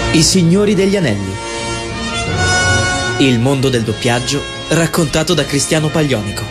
I Signori degli Anelli. Il mondo del doppiaggio raccontato da Cristiano Paglionico.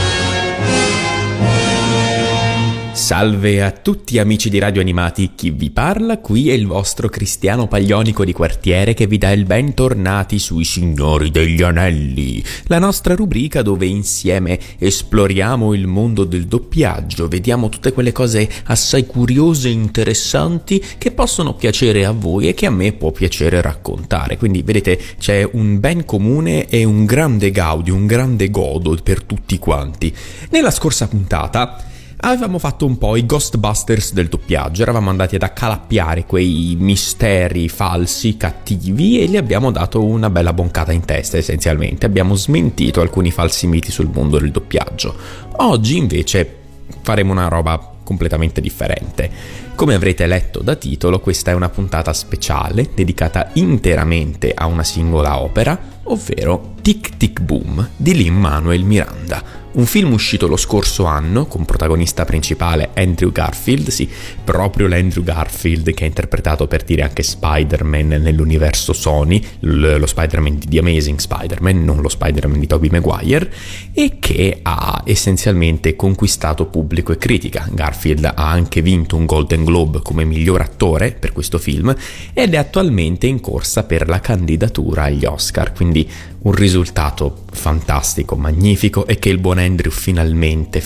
Salve a tutti amici di Radio Animati, chi vi parla qui è il vostro Cristiano Paglionico di quartiere che vi dà il bentornati sui Signori degli Anelli, la nostra rubrica dove insieme esploriamo il mondo del doppiaggio, vediamo tutte quelle cose assai curiose e interessanti che possono piacere a voi e che a me può piacere raccontare. Quindi vedete, c'è un ben comune e un grande gaudio, un grande godo per tutti quanti. Nella scorsa puntata avevamo fatto un po' i Ghostbusters del doppiaggio, eravamo andati ad accalappiare quei misteri falsi, cattivi, e gli abbiamo dato una bella boncata in testa essenzialmente, abbiamo smentito alcuni falsi miti sul mondo del doppiaggio. Oggi invece faremo una roba completamente differente. Come avrete letto da titolo, questa è una puntata speciale dedicata interamente a una singola opera, ovvero Tic Tic Boom di Lin-Manuel Miranda. Un film uscito lo scorso anno con protagonista principale Andrew Garfield, sì, proprio l'Andrew Garfield che ha interpretato per dire anche Spider-Man nell'universo Sony, lo Spider-Man di The Amazing Spider-Man, non lo Spider-Man di Tobey Maguire, e che ha essenzialmente conquistato pubblico e critica. Garfield ha anche vinto un Golden Globe come miglior attore per questo film ed è attualmente in corsa per la candidatura agli Oscar, quindi un risultato fantastico, magnifico, e che il buon Andrew finalmente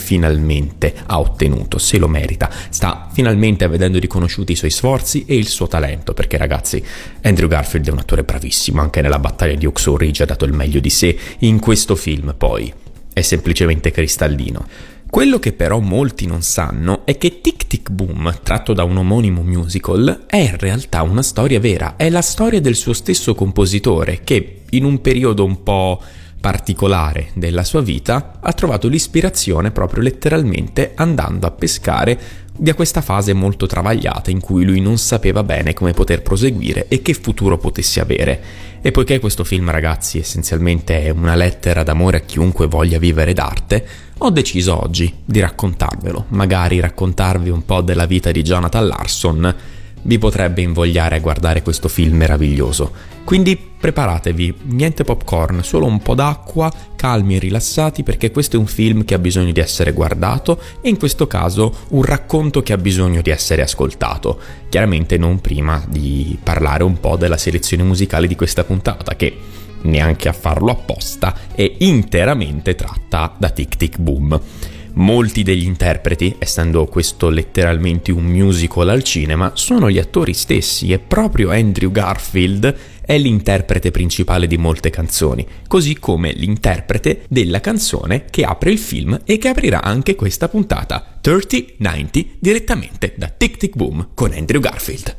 ha ottenuto, se lo merita, sta finalmente vedendo riconosciuti i suoi sforzi e il suo talento, perché ragazzi, Andrew Garfield è un attore bravissimo, anche nella battaglia di Hacksaw Ridge ha dato il meglio di sé, in questo film poi è semplicemente cristallino. Quello che però molti non sanno è che Tic Tic Boom, tratto da un omonimo musical, è in realtà una storia vera, è la storia del suo stesso compositore che in un periodo un po' particolare della sua vita ha trovato l'ispirazione proprio letteralmente andando a pescare da questa fase molto travagliata in cui lui non sapeva bene come poter proseguire e che futuro potesse avere. E poiché questo film, ragazzi, essenzialmente è una lettera d'amore a chiunque voglia vivere d'arte, ho deciso oggi di raccontarvelo, magari raccontarvi un po' della vita di Jonathan Larson vi potrebbe invogliare a guardare questo film meraviglioso. Quindi preparatevi, niente popcorn, solo un po' d'acqua, calmi e rilassati, perché questo è un film che ha bisogno di essere guardato e in questo caso un racconto che ha bisogno di essere ascoltato. Chiaramente non prima di parlare un po' della selezione musicale di questa puntata, che neanche a farlo apposta è interamente tratta da Tic Tic Boom. Molti degli interpreti, essendo questo letteralmente un musical al cinema, sono gli attori stessi e proprio Andrew Garfield è l'interprete principale di molte canzoni, così come l'interprete della canzone che apre il film e che aprirà anche questa puntata, 3090, direttamente da Tic Tic Boom con Andrew Garfield.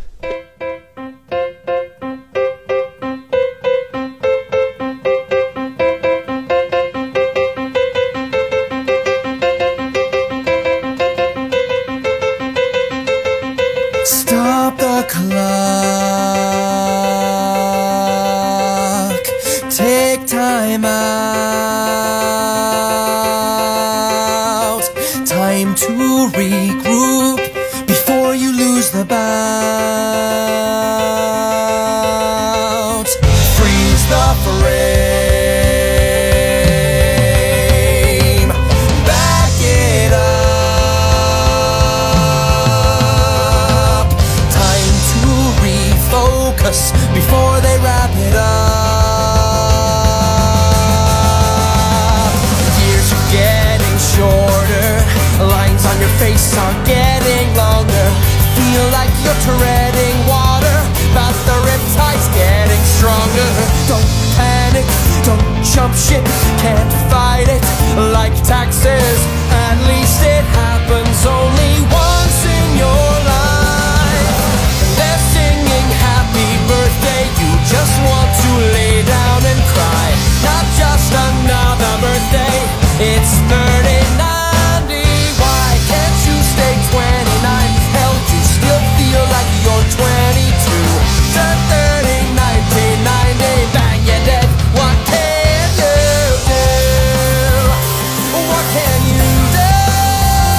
Stop the clock. Take time out. Time to regroup before you lose the bout. Freeze the frame. Back it up. Time to refocus before they wrap it up. Years are getting shorter. Lines on your face are getting longer. Feel like you're treading water, but the riptide's getting stronger. Don't panic, don't jump ship, can't fight it like taxes. At least it happens only once in your life. They're singing happy birthday, you just want to lay down and cry. Not just another birthday, it's 3090. Why can't you stay 29? Hell, you still feel like you're 22. Turn 30, 1990, bang, you're dead. What can you do? What can you do?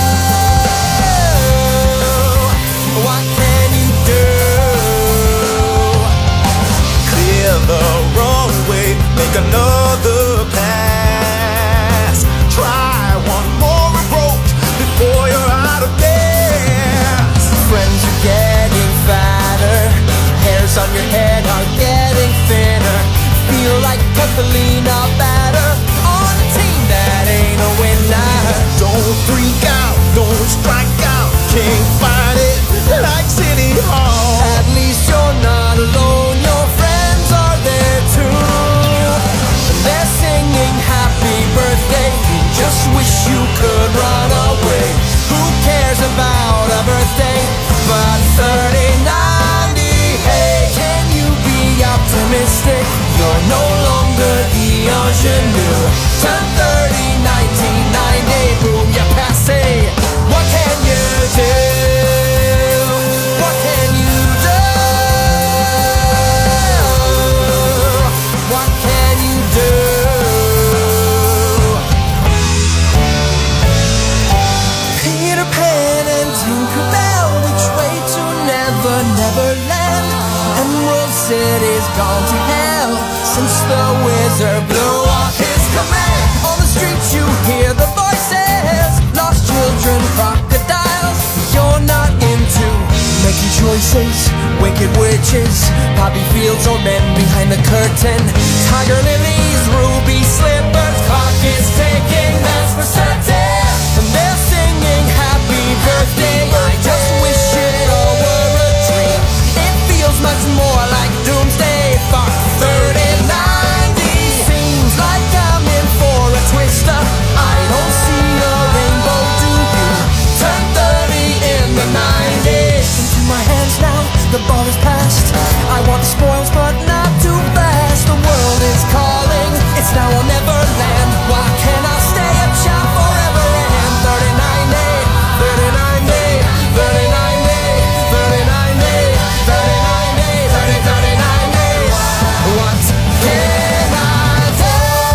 city's gone to hell since the wizard blew off his command. On the streets you hear the voices, lost children, crocodiles. You're not into making choices, wicked witches, poppy fields or men behind the curtain, tiger lilies, ruby slippers, clock is ticking, that's for certain. And they're singing happy birthday, I just wish it all were a dream. It feels much more like doomsday, fuck 3090. Seems like I'm in for a twister, I don't see a rainbow, do you? Turn 30 in the 90s. Into my hands now, the ball is passed. I want the spoils but not too fast. The world is calling, it's now or never land. Why can't I stay a child forever and 39 day, 39 day, 39 day, 39 day, 39 day, 39 days. What can I do?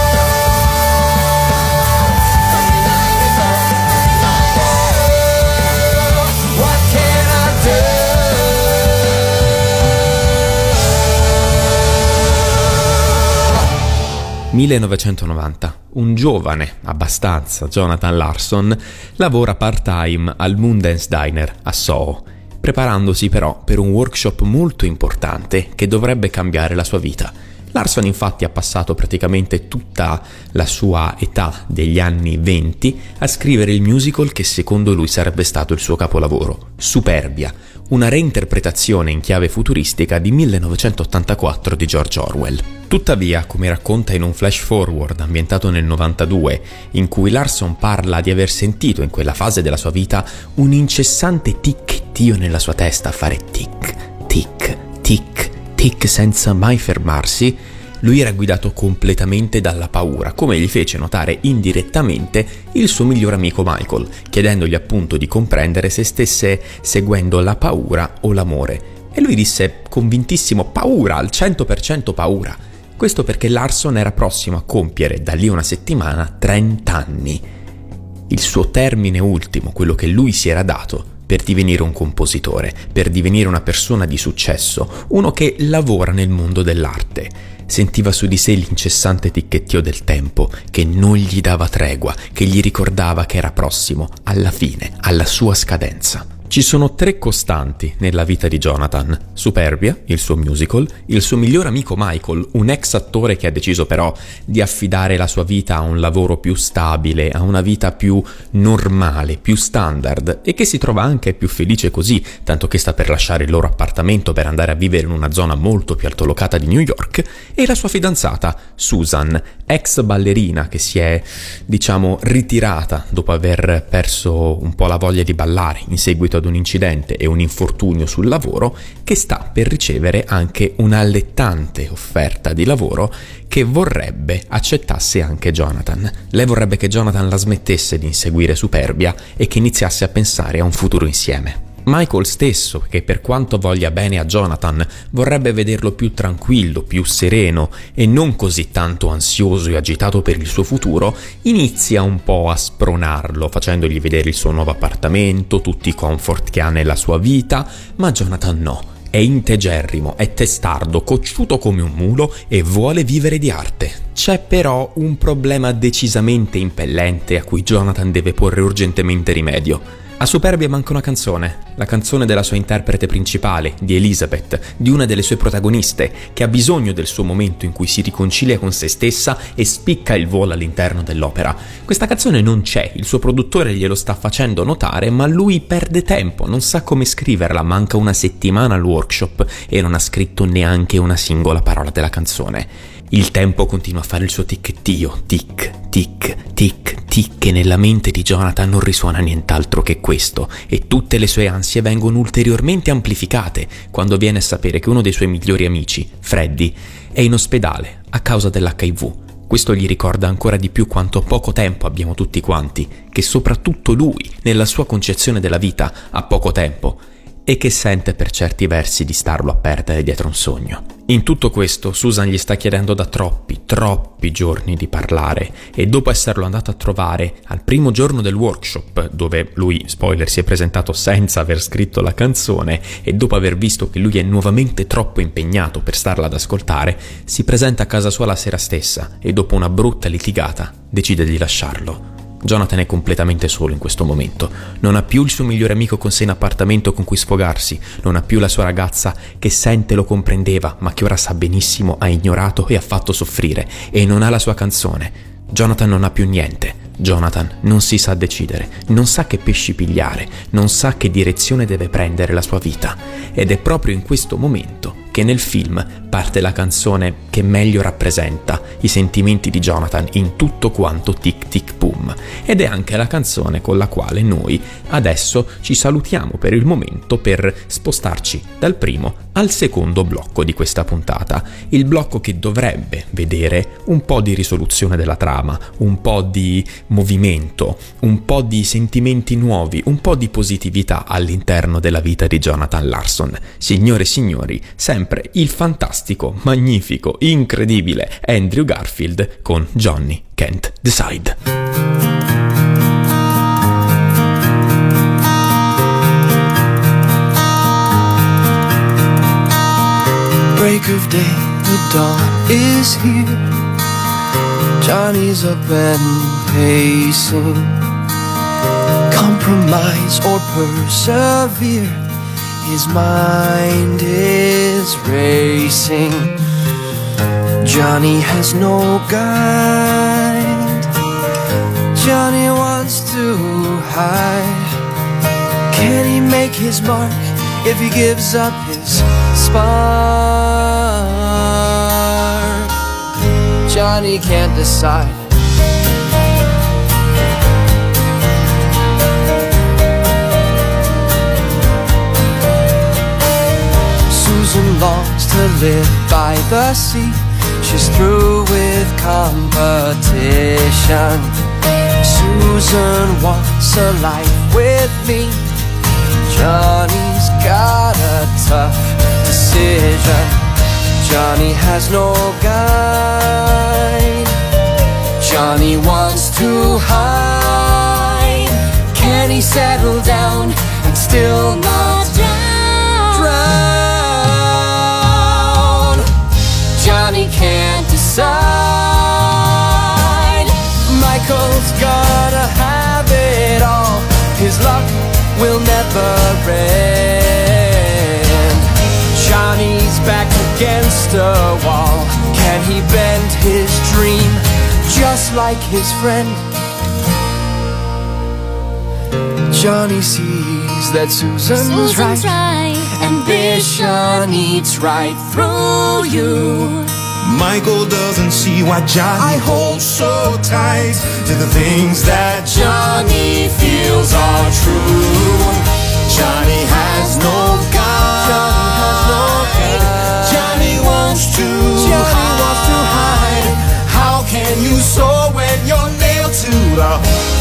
What can I do? 1990. Un giovane, abbastanza, Jonathan Larson, lavora part-time al Moondance Diner a Soho, preparandosi però per un workshop molto importante che dovrebbe cambiare la sua vita. Larson infatti ha passato praticamente tutta la sua età degli anni 20 a scrivere il musical che secondo lui sarebbe stato il suo capolavoro, Superbia, una reinterpretazione in chiave futuristica di 1984 di George Orwell. Tuttavia, come racconta in un flash forward ambientato nel 92, in cui Larson parla di aver sentito in quella fase della sua vita un incessante ticchettio nella sua testa a fare tic, tic, tic, tic senza mai fermarsi, lui era guidato completamente dalla paura, come gli fece notare indirettamente il suo miglior amico Michael, chiedendogli appunto di comprendere se stesse seguendo la paura o l'amore. E lui disse convintissimo paura, al 100% paura. Questo perché Larson era prossimo a compiere da lì una settimana 30 anni. Il suo termine ultimo, quello che lui si era dato per divenire un compositore, per divenire una persona di successo, uno che lavora nel mondo dell'arte. Sentiva su di sé l'incessante ticchettio del tempo, che non gli dava tregua, che gli ricordava che era prossimo alla fine, alla sua scadenza. Ci sono 3 costanti nella vita di Jonathan: Superbia, il suo musical, il suo miglior amico Michael, un ex attore che ha deciso però di affidare la sua vita a un lavoro più stabile, a una vita più normale, più standard, e che si trova anche più felice così, tanto che sta per lasciare il loro appartamento per andare a vivere in una zona molto più altolocata di New York, e la sua fidanzata Susan, ex ballerina che si è, ritirata dopo aver perso un po' la voglia di ballare in seguito ad un incidente e un infortunio sul lavoro, che sta per ricevere anche un'allettante offerta di lavoro che vorrebbe accettasse anche Jonathan. Lei vorrebbe che Jonathan la smettesse di inseguire Superbia e che iniziasse a pensare a un futuro insieme. Michael stesso, che per quanto voglia bene a Jonathan, vorrebbe vederlo più tranquillo, più sereno e non così tanto ansioso e agitato per il suo futuro, inizia un po' a spronarlo, facendogli vedere il suo nuovo appartamento, tutti i comfort che ha nella sua vita, ma Jonathan no. È integerrimo, è testardo, cocciuto come un mulo e vuole vivere di arte. C'è però un problema decisamente impellente a cui Jonathan deve porre urgentemente rimedio. A Superbia manca una canzone, la canzone della sua interprete principale, di Elizabeth, di una delle sue protagoniste, che ha bisogno del suo momento in cui si riconcilia con se stessa e spicca il volo all'interno dell'opera. Questa canzone non c'è, il suo produttore glielo sta facendo notare, ma lui perde tempo, non sa come scriverla, manca una settimana al workshop e non ha scritto neanche una singola parola della canzone. Il tempo continua a fare il suo ticchettio, tic, tic, tic, tic, e nella mente di Jonathan non risuona nient'altro che questo, e tutte le sue ansie vengono ulteriormente amplificate quando viene a sapere che uno dei suoi migliori amici, Freddy, è in ospedale a causa dell'HIV. Questo gli ricorda ancora di più quanto poco tempo abbiamo tutti quanti, che soprattutto lui, nella sua concezione della vita, ha poco tempo, e che sente per certi versi di starlo a perdere dietro un sogno. In tutto questo Susan gli sta chiedendo da troppi giorni di parlare, e dopo esserlo andato a trovare al primo giorno del workshop, dove lui, spoiler, si è presentato senza aver scritto la canzone, e dopo aver visto che lui è nuovamente troppo impegnato per starla ad ascoltare, si presenta a casa sua la sera stessa e dopo una brutta litigata decide di lasciarlo. Jonathan è completamente solo in questo momento, non ha più il suo migliore amico con sé in appartamento con cui sfogarsi, non ha più la sua ragazza che sente lo comprendeva ma che ora sa benissimo ha ignorato e ha fatto soffrire, e non ha la sua canzone. Jonathan non ha più niente. Jonathan non si sa decidere, non sa che pesci pigliare, non sa che direzione deve prendere la sua vita, ed è proprio in questo momento che nel film parte la canzone che meglio rappresenta i sentimenti di Jonathan in tutto quanto Tic Tic Boom, ed è anche la canzone con la quale noi adesso ci salutiamo per il momento per spostarci dal primo al secondo blocco di questa puntata, il blocco che dovrebbe vedere un po' di risoluzione della trama, un po' di movimento, un po' di sentimenti nuovi, un po' di positività all'interno della vita di Jonathan Larson. Signore e signori, sempre il fantastico, magnifico, incredibile Andrew Garfield con Johnny Can't Decide. Break of day, the dawn is here. Johnny's up and pacing. Compromise or persevere, his mind is racing. Johnny has no guide. Johnny wants to hide. Can he make his mark if he gives up his spark? Johnny can't decide. Susan longs to live by the sea. She's through with competition. Susan wants a life with me. Johnny's got a tough decision. Johnny has no guide. Johnny wants to hide. Can he settle down and still not drown? Johnny can't decide. Michael's gonna have it all. His luck will never end. Johnny's back against a wall. Can he bend his dream just like his friend? Johnny sees that Susan's right. Ambition eats right through you. Michael doesn't see why Johnny holds so tight to the things that Johnny feels are true. Johnny has no guide. Johnny wants to hide. How can you soar when you're nailed to the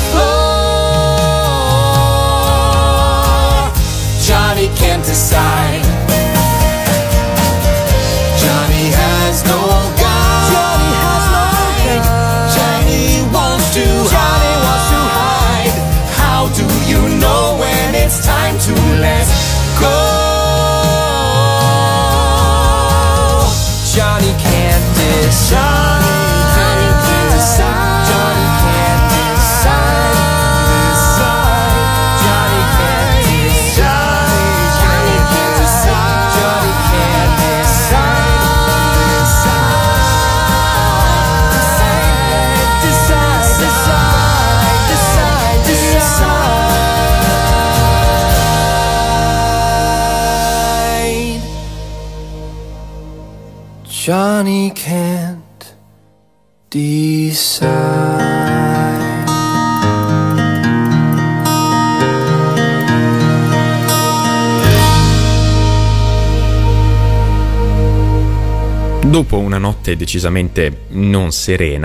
floor? Johnny can't decide. Johnny has no guide. Johnny has no guide. Johnny wants to hide. How do you know when it's time to let go? Johnny can't decide. Johnny can't decide. Johnny can't decide. Johnny can't decide. Johnny can't decide. Johnny can't decide. Johnny can't decide. Dopo una notte decisamente non serena,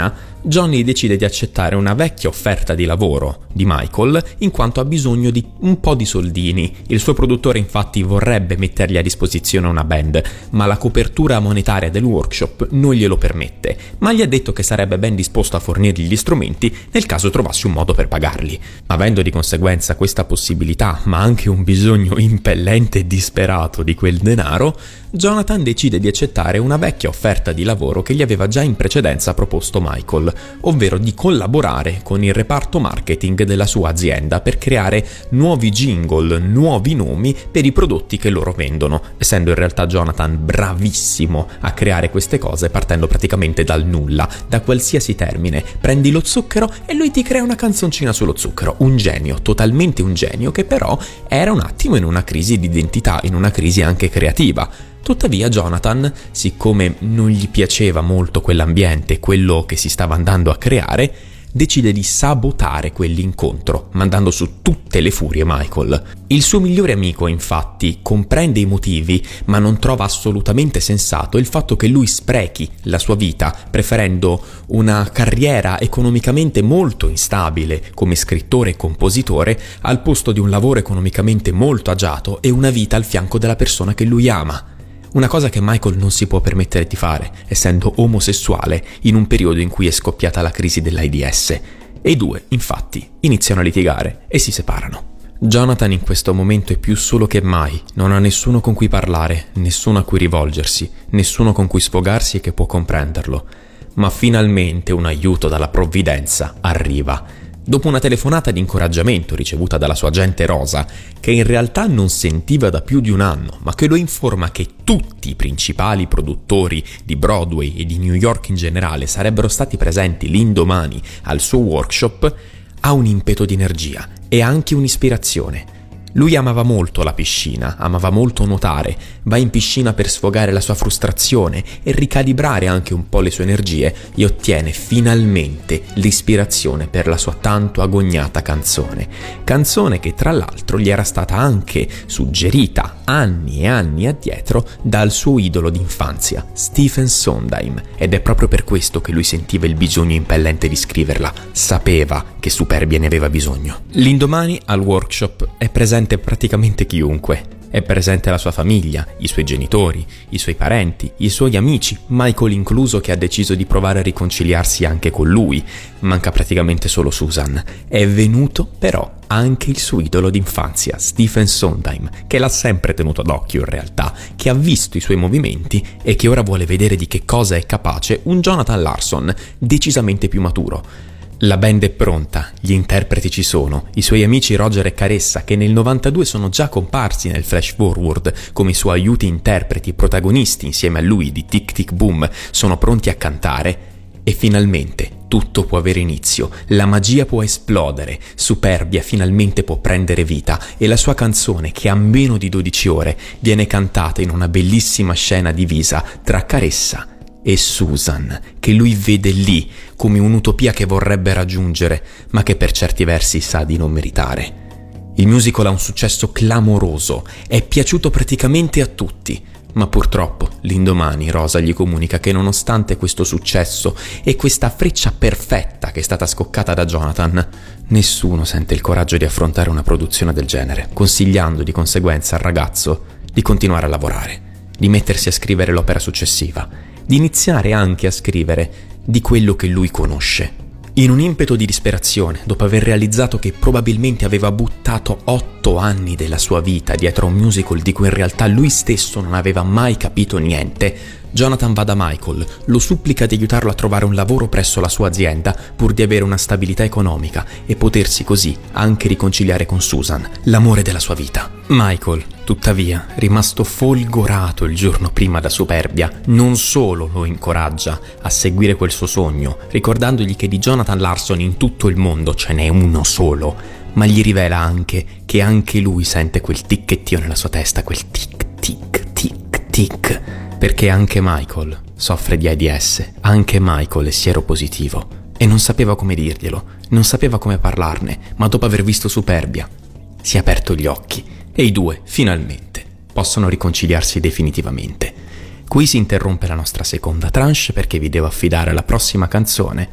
Johnny decide di accettare una vecchia offerta di lavoro di Michael in quanto ha bisogno di un po' di soldini. Il suo produttore infatti vorrebbe mettergli a disposizione una band, ma la copertura monetaria del workshop non glielo permette, ma gli ha detto che sarebbe ben disposto a fornirgli gli strumenti nel caso trovassi un modo per pagarli. Avendo di conseguenza questa possibilità, ma anche un bisogno impellente e disperato di quel denaro, Jonathan decide di accettare una vecchia offerta di lavoro che gli aveva già in precedenza proposto Michael, ovvero di collaborare con il reparto marketing della sua azienda per creare nuovi jingle, nuovi nomi per i prodotti che loro vendono, essendo in realtà Jonathan bravissimo a creare queste cose partendo praticamente dal nulla, da qualsiasi termine. Prendi lo zucchero e lui ti crea una canzoncina sullo zucchero. Un genio, totalmente un genio, che però era un attimo in una crisi di identità, in una crisi anche creativa. Tuttavia Jonathan, siccome non gli piaceva molto quell'ambiente, quello che si stava andando a creare, decide di sabotare quell'incontro, mandando su tutte le furie Michael. Il suo migliore amico, infatti, comprende i motivi, ma non trova assolutamente sensato il fatto che lui sprechi la sua vita, preferendo una carriera economicamente molto instabile come scrittore e compositore, al posto di un lavoro economicamente molto agiato e una vita al fianco della persona che lui ama. Una cosa che Michael non si può permettere di fare, essendo omosessuale in un periodo in cui è scoppiata la crisi dell'AIDS. E i due, infatti, iniziano a litigare e si separano. Jonathan in questo momento è più solo che mai, non ha nessuno con cui parlare, nessuno a cui rivolgersi, nessuno con cui sfogarsi e che può comprenderlo. Ma finalmente un aiuto dalla provvidenza arriva. Dopo una telefonata di incoraggiamento ricevuta dalla sua agente Rosa, che in realtà non sentiva da più di un anno, ma che lo informa che tutti i principali produttori di Broadway e di New York in generale sarebbero stati presenti l'indomani al suo workshop, ha un impeto di energia e anche un'ispirazione. Lui amava molto la piscina, amava molto nuotare, va in piscina per sfogare la sua frustrazione e ricalibrare anche un po' le sue energie e ottiene finalmente l'ispirazione per la sua tanto agognata canzone che tra l'altro gli era stata anche suggerita anni e anni addietro dal suo idolo d'infanzia, Stephen Sondheim, ed è proprio per questo che lui sentiva il bisogno impellente di scriverla, sapeva che Superbia ne aveva bisogno. L'indomani al workshop è presente praticamente chiunque. È presente la sua famiglia, i suoi genitori, i suoi parenti, i suoi amici, Michael incluso, che ha deciso di provare a riconciliarsi anche con lui. Manca praticamente solo Susan. È venuto però anche il suo idolo d'infanzia, Stephen Sondheim, che l'ha sempre tenuto d'occhio in realtà, che ha visto i suoi movimenti e che ora vuole vedere di che cosa è capace un Jonathan Larson decisamente più maturo. La band è pronta, gli interpreti ci sono, i suoi amici Roger e Caressa, che nel 92 sono già comparsi nel flash forward come i suoi aiuti interpreti e protagonisti insieme a lui di Tic Tic Boom, sono pronti a cantare e finalmente tutto può avere inizio, la magia può esplodere, Superbia finalmente può prendere vita e la sua canzone, che ha meno di 12 ore, viene cantata in una bellissima scena divisa tra Caressa e Susan, che lui vede lì come un'utopia che vorrebbe raggiungere, ma che per certi versi sa di non meritare. Il musical ha un successo clamoroso, è piaciuto praticamente a tutti, ma purtroppo l'indomani Rosa gli comunica che nonostante questo successo e questa freccia perfetta che è stata scoccata da Jonathan, nessuno sente il coraggio di affrontare una produzione del genere, consigliando di conseguenza al ragazzo di continuare a lavorare, di mettersi a scrivere l'opera successiva, di iniziare anche a scrivere di quello che lui conosce. In un impeto di disperazione, dopo aver realizzato che probabilmente aveva buttato 8 anni della sua vita dietro a un musical di cui in realtà lui stesso non aveva mai capito niente, Jonathan va da Michael, lo supplica di aiutarlo a trovare un lavoro presso la sua azienda pur di avere una stabilità economica e potersi così anche riconciliare con Susan, l'amore della sua vita. Michael, tuttavia, rimasto folgorato il giorno prima da Superbia, non solo lo incoraggia a seguire quel suo sogno, ricordandogli che di Jonathan Larson in tutto il mondo ce n'è uno solo, ma gli rivela anche che anche lui sente quel ticchettio nella sua testa, quel tic tic tic tic, perché anche Michael soffre di AIDS, anche Michael è sieropositivo e non sapeva come dirglielo, non sapeva come parlarne, ma dopo aver visto Superbia si è aperto gli occhi e i due finalmente possono riconciliarsi definitivamente. Qui si interrompe la nostra seconda tranche perché vi devo affidare la prossima canzone,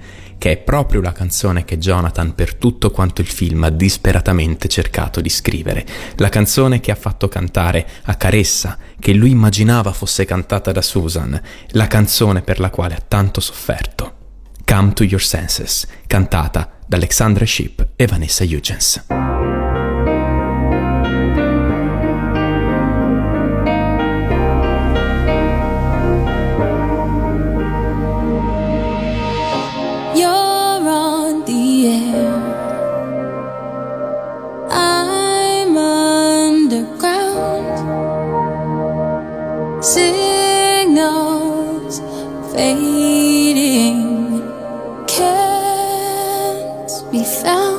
che è proprio la canzone che Jonathan per tutto quanto il film ha disperatamente cercato di scrivere, la canzone che ha fatto cantare a Caressa, che lui immaginava fosse cantata da Susan, la canzone per la quale ha tanto sofferto. Come to Your Senses, cantata da Alexandra Shipp e Vanessa Hudgens. Signals fading, can't be found.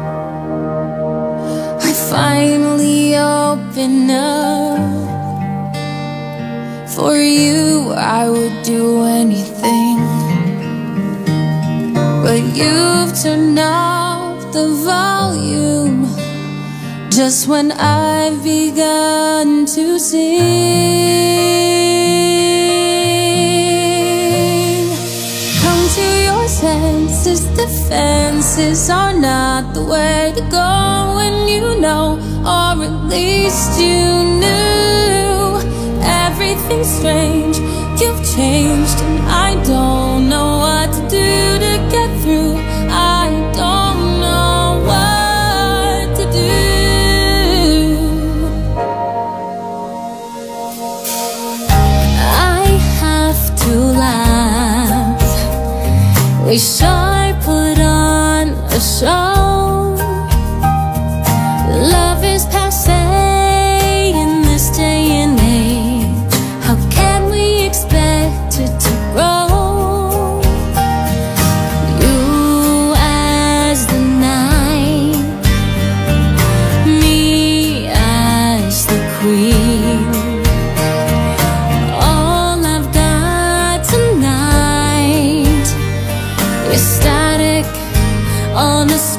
I finally open up. For you I would do anything, but you've turned off the volume just when I've begun to sing. Come to your senses, defenses are not the way to go when you know, or at least you knew. Everything's strange, you've changed, and I don't know what to do to get through. I don't know what to do. Wish I put on a show. Love is passé in this day and age. How can we expect it to grow? You as the night, me as the queen. All I've got tonight is static on the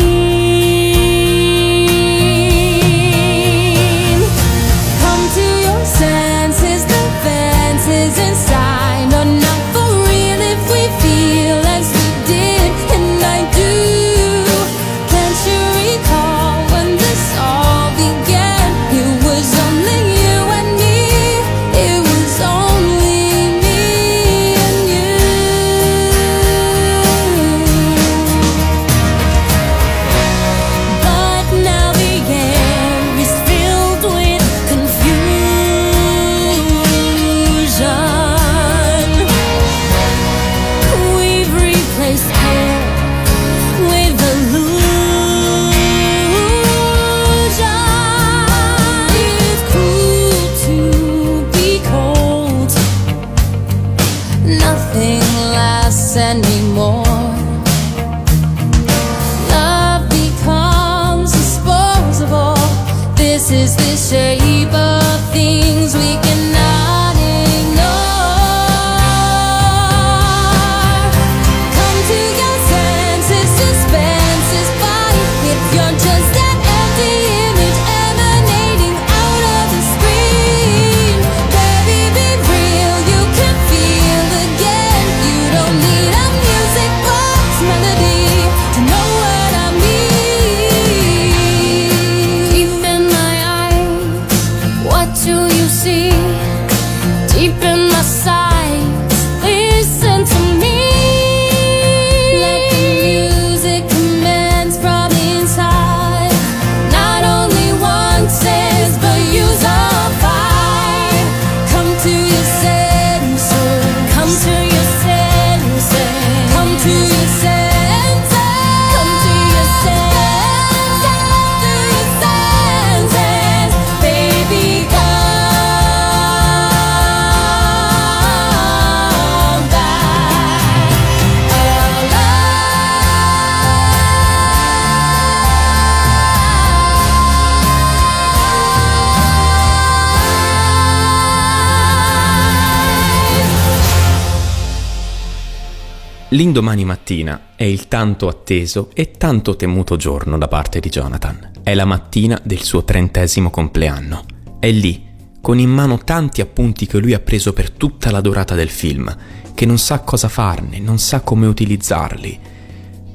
screen. Come to your senses, the fences inside are not for real if we feel as we did, and I do. Can't you recall when this all began? It was only you and me. It was only me and you. But now the air is filled with confusion. We've replaced care with illusion. It's cruel to be cold. Nothing lasts anymore. Love becomes disposable. This is the shape of things we cannot ignore. Come to your senses, suspense is fine if you're just that empty image emanating out of the screen. Baby, be real, you can feel again. You don't need a music box melody to know what I mean. Deep in my eyes, what do you see? Deep in my sights, listen to me. Let the music commence from inside. Not only onces, but use all fire. Come to your senses. Come to your senses. Come to your senses. Come to your senses. To your senses. Baby, come back L'indomani mattina è il tanto atteso e tanto temuto giorno da parte di Jonathan. È la mattina del suo 30° compleanno. È lì, con in mano tanti appunti che lui ha preso per tutta la durata del film, che non sa cosa farne, non sa come utilizzarli.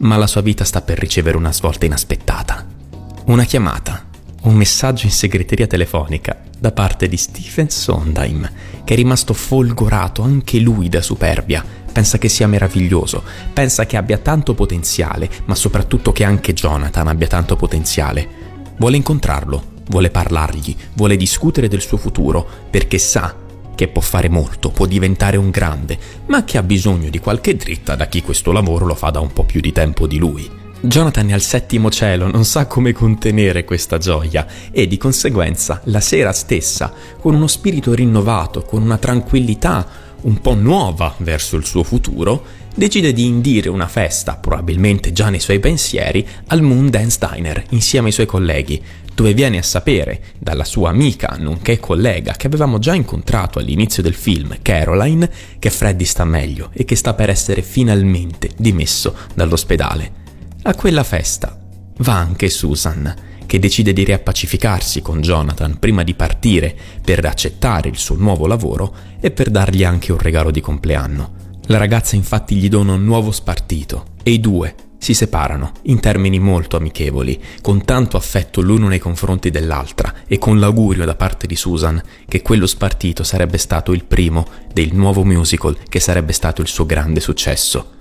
Ma la sua vita sta per ricevere una svolta inaspettata. Una chiamata, un messaggio in segreteria telefonica da parte di Stephen Sondheim, che è rimasto folgorato anche lui da superbia. Pensa che sia meraviglioso, pensa che abbia tanto potenziale, ma soprattutto che anche Jonathan abbia tanto potenziale. Vuole incontrarlo, vuole parlargli, vuole discutere del suo futuro, perché sa che può fare molto, può diventare un grande, ma che ha bisogno di qualche dritta da chi questo lavoro lo fa da un po' più di tempo di lui. Jonathan è al 7° cielo, non sa come contenere questa gioia e di conseguenza la sera stessa, con uno spirito rinnovato, con una tranquillità un po' nuova verso il suo futuro, decide di indire una festa, probabilmente già nei suoi pensieri, al Moon Dance Diner insieme ai suoi colleghi, dove viene a sapere dalla sua amica, nonché collega, che avevamo già incontrato all'inizio del film, Caroline, che Freddie sta meglio e che sta per essere finalmente dimesso dall'ospedale. A quella festa va anche Susan, che decide di riappacificarsi con Jonathan prima di partire per accettare il suo nuovo lavoro e per dargli anche un regalo di compleanno. La ragazza infatti gli dona un nuovo spartito e i due si separano in termini molto amichevoli, con tanto affetto l'uno nei confronti dell'altra e con l'augurio da parte di Susan che quello spartito sarebbe stato il primo del nuovo musical che sarebbe stato il suo grande successo.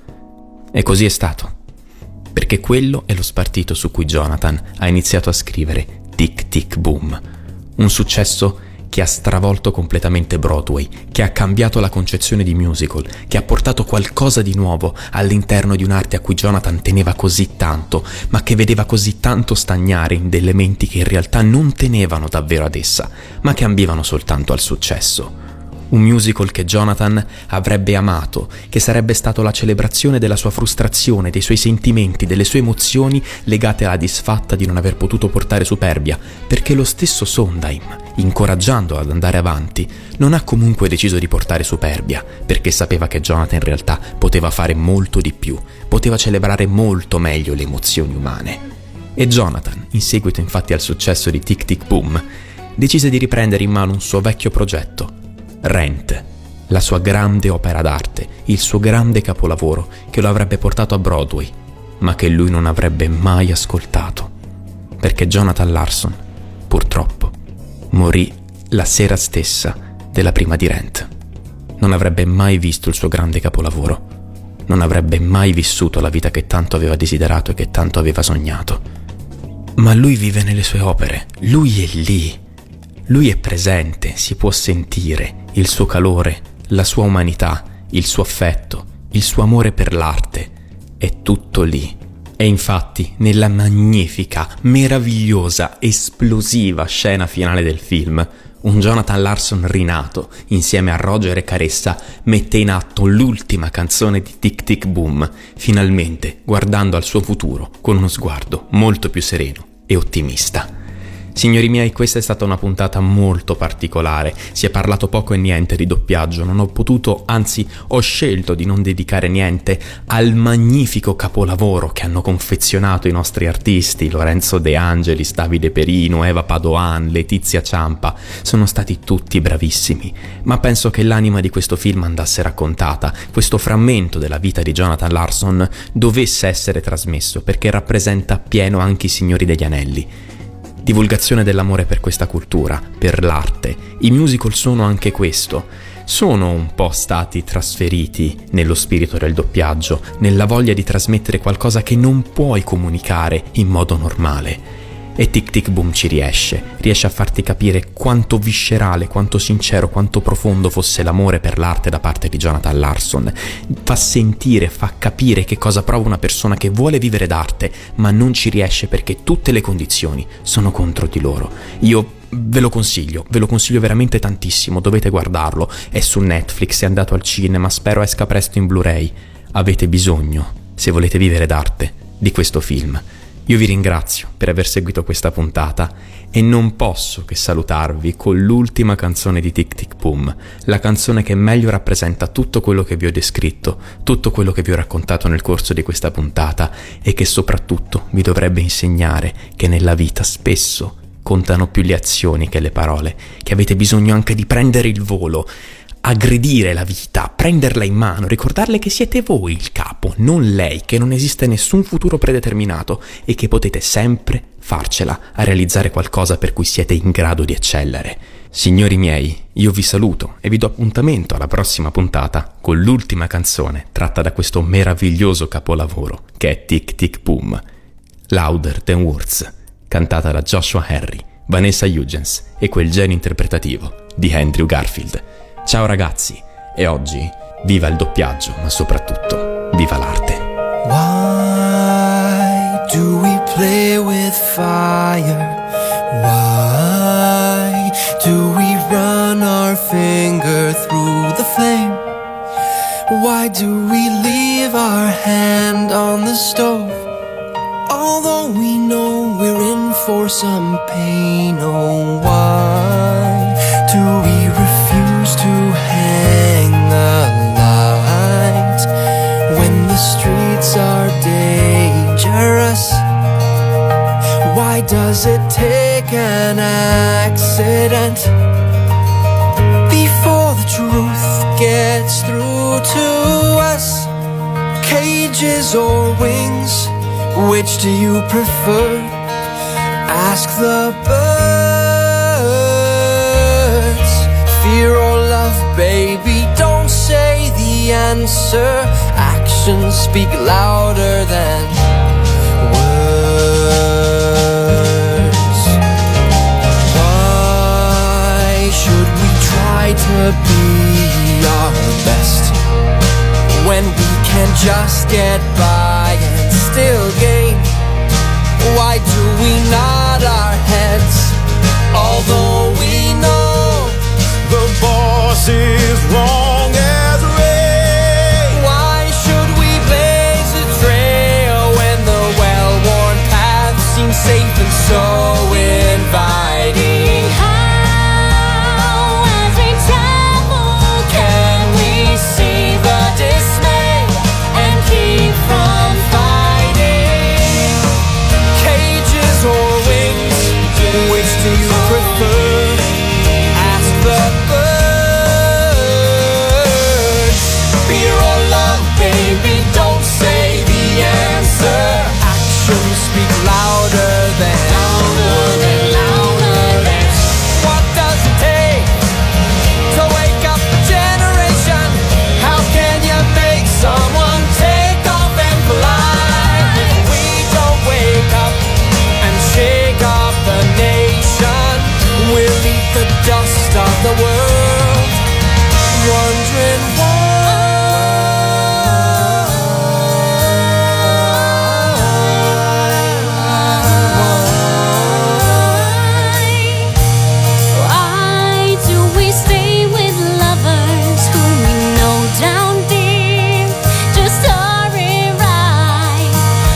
E così è stato, perché quello è lo spartito su cui Jonathan ha iniziato a scrivere Tic Tic Boom, un successo che ha stravolto completamente Broadway, che ha cambiato la concezione di musical, che ha portato qualcosa di nuovo all'interno di un'arte a cui Jonathan teneva così tanto, ma che vedeva così tanto stagnare in dei elementi che in realtà non tenevano davvero ad essa, ma che ambivano soltanto al successo. Un musical che Jonathan avrebbe amato, che sarebbe stato la celebrazione della sua frustrazione, dei suoi sentimenti, delle sue emozioni legate alla disfatta di non aver potuto portare Superbia, perché lo stesso Sondheim, incoraggiandolo ad andare avanti, non ha comunque deciso di portare Superbia, perché sapeva che Jonathan in realtà poteva fare molto di più, poteva celebrare molto meglio le emozioni umane. E Jonathan, in seguito infatti al successo di Tic Tic Boom, decise di riprendere in mano un suo vecchio progetto, Rent, la sua grande opera d'arte, il suo grande capolavoro che lo avrebbe portato a Broadway, ma che lui non avrebbe mai ascoltato, perché Jonathan Larson, purtroppo, morì la sera stessa della prima di Rent. Non avrebbe mai visto il suo grande capolavoro, non avrebbe mai vissuto la vita che tanto aveva desiderato e che tanto aveva sognato. Ma lui vive nelle sue opere, lui è lì. Lui è presente, si può sentire il suo calore, la sua umanità, il suo affetto, il suo amore per l'arte. È tutto lì. E infatti, nella magnifica, meravigliosa, esplosiva scena finale del film, un Jonathan Larson rinato, insieme a Roger e Caressa, mette in atto l'ultima canzone di Tic Tic Boom, finalmente guardando al suo futuro con uno sguardo molto più sereno e ottimista. Signori miei, questa è stata una puntata molto particolare, si è parlato poco e niente di doppiaggio, non ho potuto, anzi ho scelto di non dedicare niente al magnifico capolavoro che hanno confezionato i nostri artisti, Lorenzo De Angelis, Davide Perino, Eva Padoan, Letizia Ciampa, sono stati tutti bravissimi, ma penso che l'anima di questo film andasse raccontata, questo frammento della vita di Jonathan Larson dovesse essere trasmesso perché rappresenta appieno anche i Signori degli Anelli. Divulgazione dell'amore per questa cultura, per l'arte. I musical sono anche questo. Sono un po' stati trasferiti nello spirito del doppiaggio, nella voglia di trasmettere qualcosa che non puoi comunicare in modo normale. E Tic Tic Boom ci riesce a farti capire quanto viscerale, quanto sincero, quanto profondo fosse l'amore per l'arte da parte di Jonathan Larson. Fa sentire, fa capire che cosa prova una persona che vuole vivere d'arte, ma non ci riesce perché tutte le condizioni sono contro di loro. Io ve lo consiglio veramente tantissimo, dovete guardarlo, è su Netflix, è andato al cinema, spero esca presto in Blu-ray. Avete bisogno, se volete vivere d'arte, di questo film. Io vi ringrazio per aver seguito questa puntata e non posso che salutarvi con l'ultima canzone di Tic Tic Boom, la canzone che meglio rappresenta tutto quello che vi ho descritto, tutto quello che vi ho raccontato nel corso di questa puntata e che soprattutto vi dovrebbe insegnare che nella vita spesso contano più le azioni che le parole, che avete bisogno anche di prendere il volo, aggredire la vita, prenderla in mano, ricordarle che siete voi il capo, non lei, che non esiste nessun futuro predeterminato e che potete sempre farcela a realizzare qualcosa per cui siete in grado di eccellere. Signori miei, io vi saluto e vi do appuntamento alla prossima puntata con l'ultima canzone tratta da questo meraviglioso capolavoro che è Tic Tic Boom, Louder Than Words, cantata da Joshua Henry, Vanessa Hudgens e quel genio interpretativo di Andrew Garfield. Ciao ragazzi, e oggi viva il doppiaggio, ma soprattutto viva l'arte. Why do we play with fire? Why do we run our finger through the flame? Why do we leave our hand on the stove? Although we know we're in for some pain, oh why do we refuse to hang the light when the streets are dangerous? Why does it take an accident before the truth gets through to us? Cages or wings? Which do you prefer? Ask the birds. Fear or love, baby, don't say the answer. Actions speak louder than words. Why should we try to be our best when we can just get by and still gain? Why do we nod our heads although we know the boss is wrong as rain? Why should we blaze a trail when the well-worn path seems safe and so inviting? How, as we travel, can we see the dismay and keep from fighting? Cages or wings? Which do you prefer? Ask the birds. Fear or love, baby, don't say the answer. Actions speak louder than What does it take to wake up a generation? How can you make someone take off and fly? If we don't wake up and shake up the nation, we'll eat the dust of the world, wondering why. Why do we stay with lovers who we know down deep just aren't right?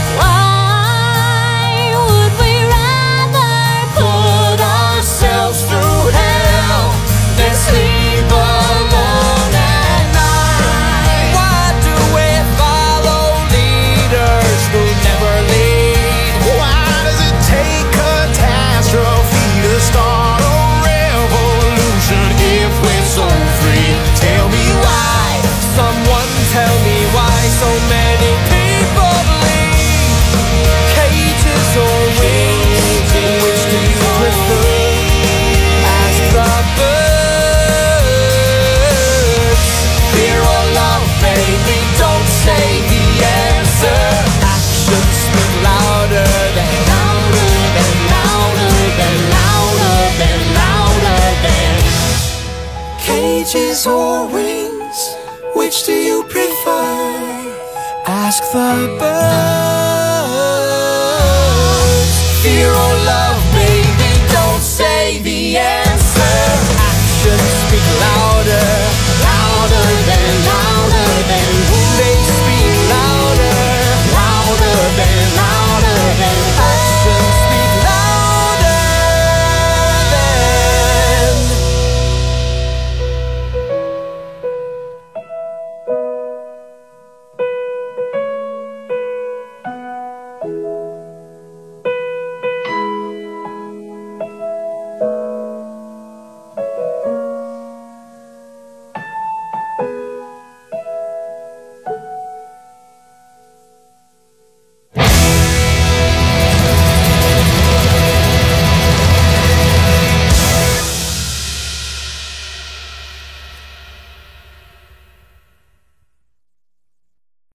Why would we rather put ourselves through hell than sleep alone at night? Why do we follow leaders who never lead? Why does it take catastrophe to start a revolution if we're so free? Tell me why, someone tell me why so many people bleed. Cages or wings, which do you prefer? Ask the birds. Fear or love, baby, don't say the answer. Actions speak louder than Cages or wings, which do you prefer? Ask the birds. Fear or love,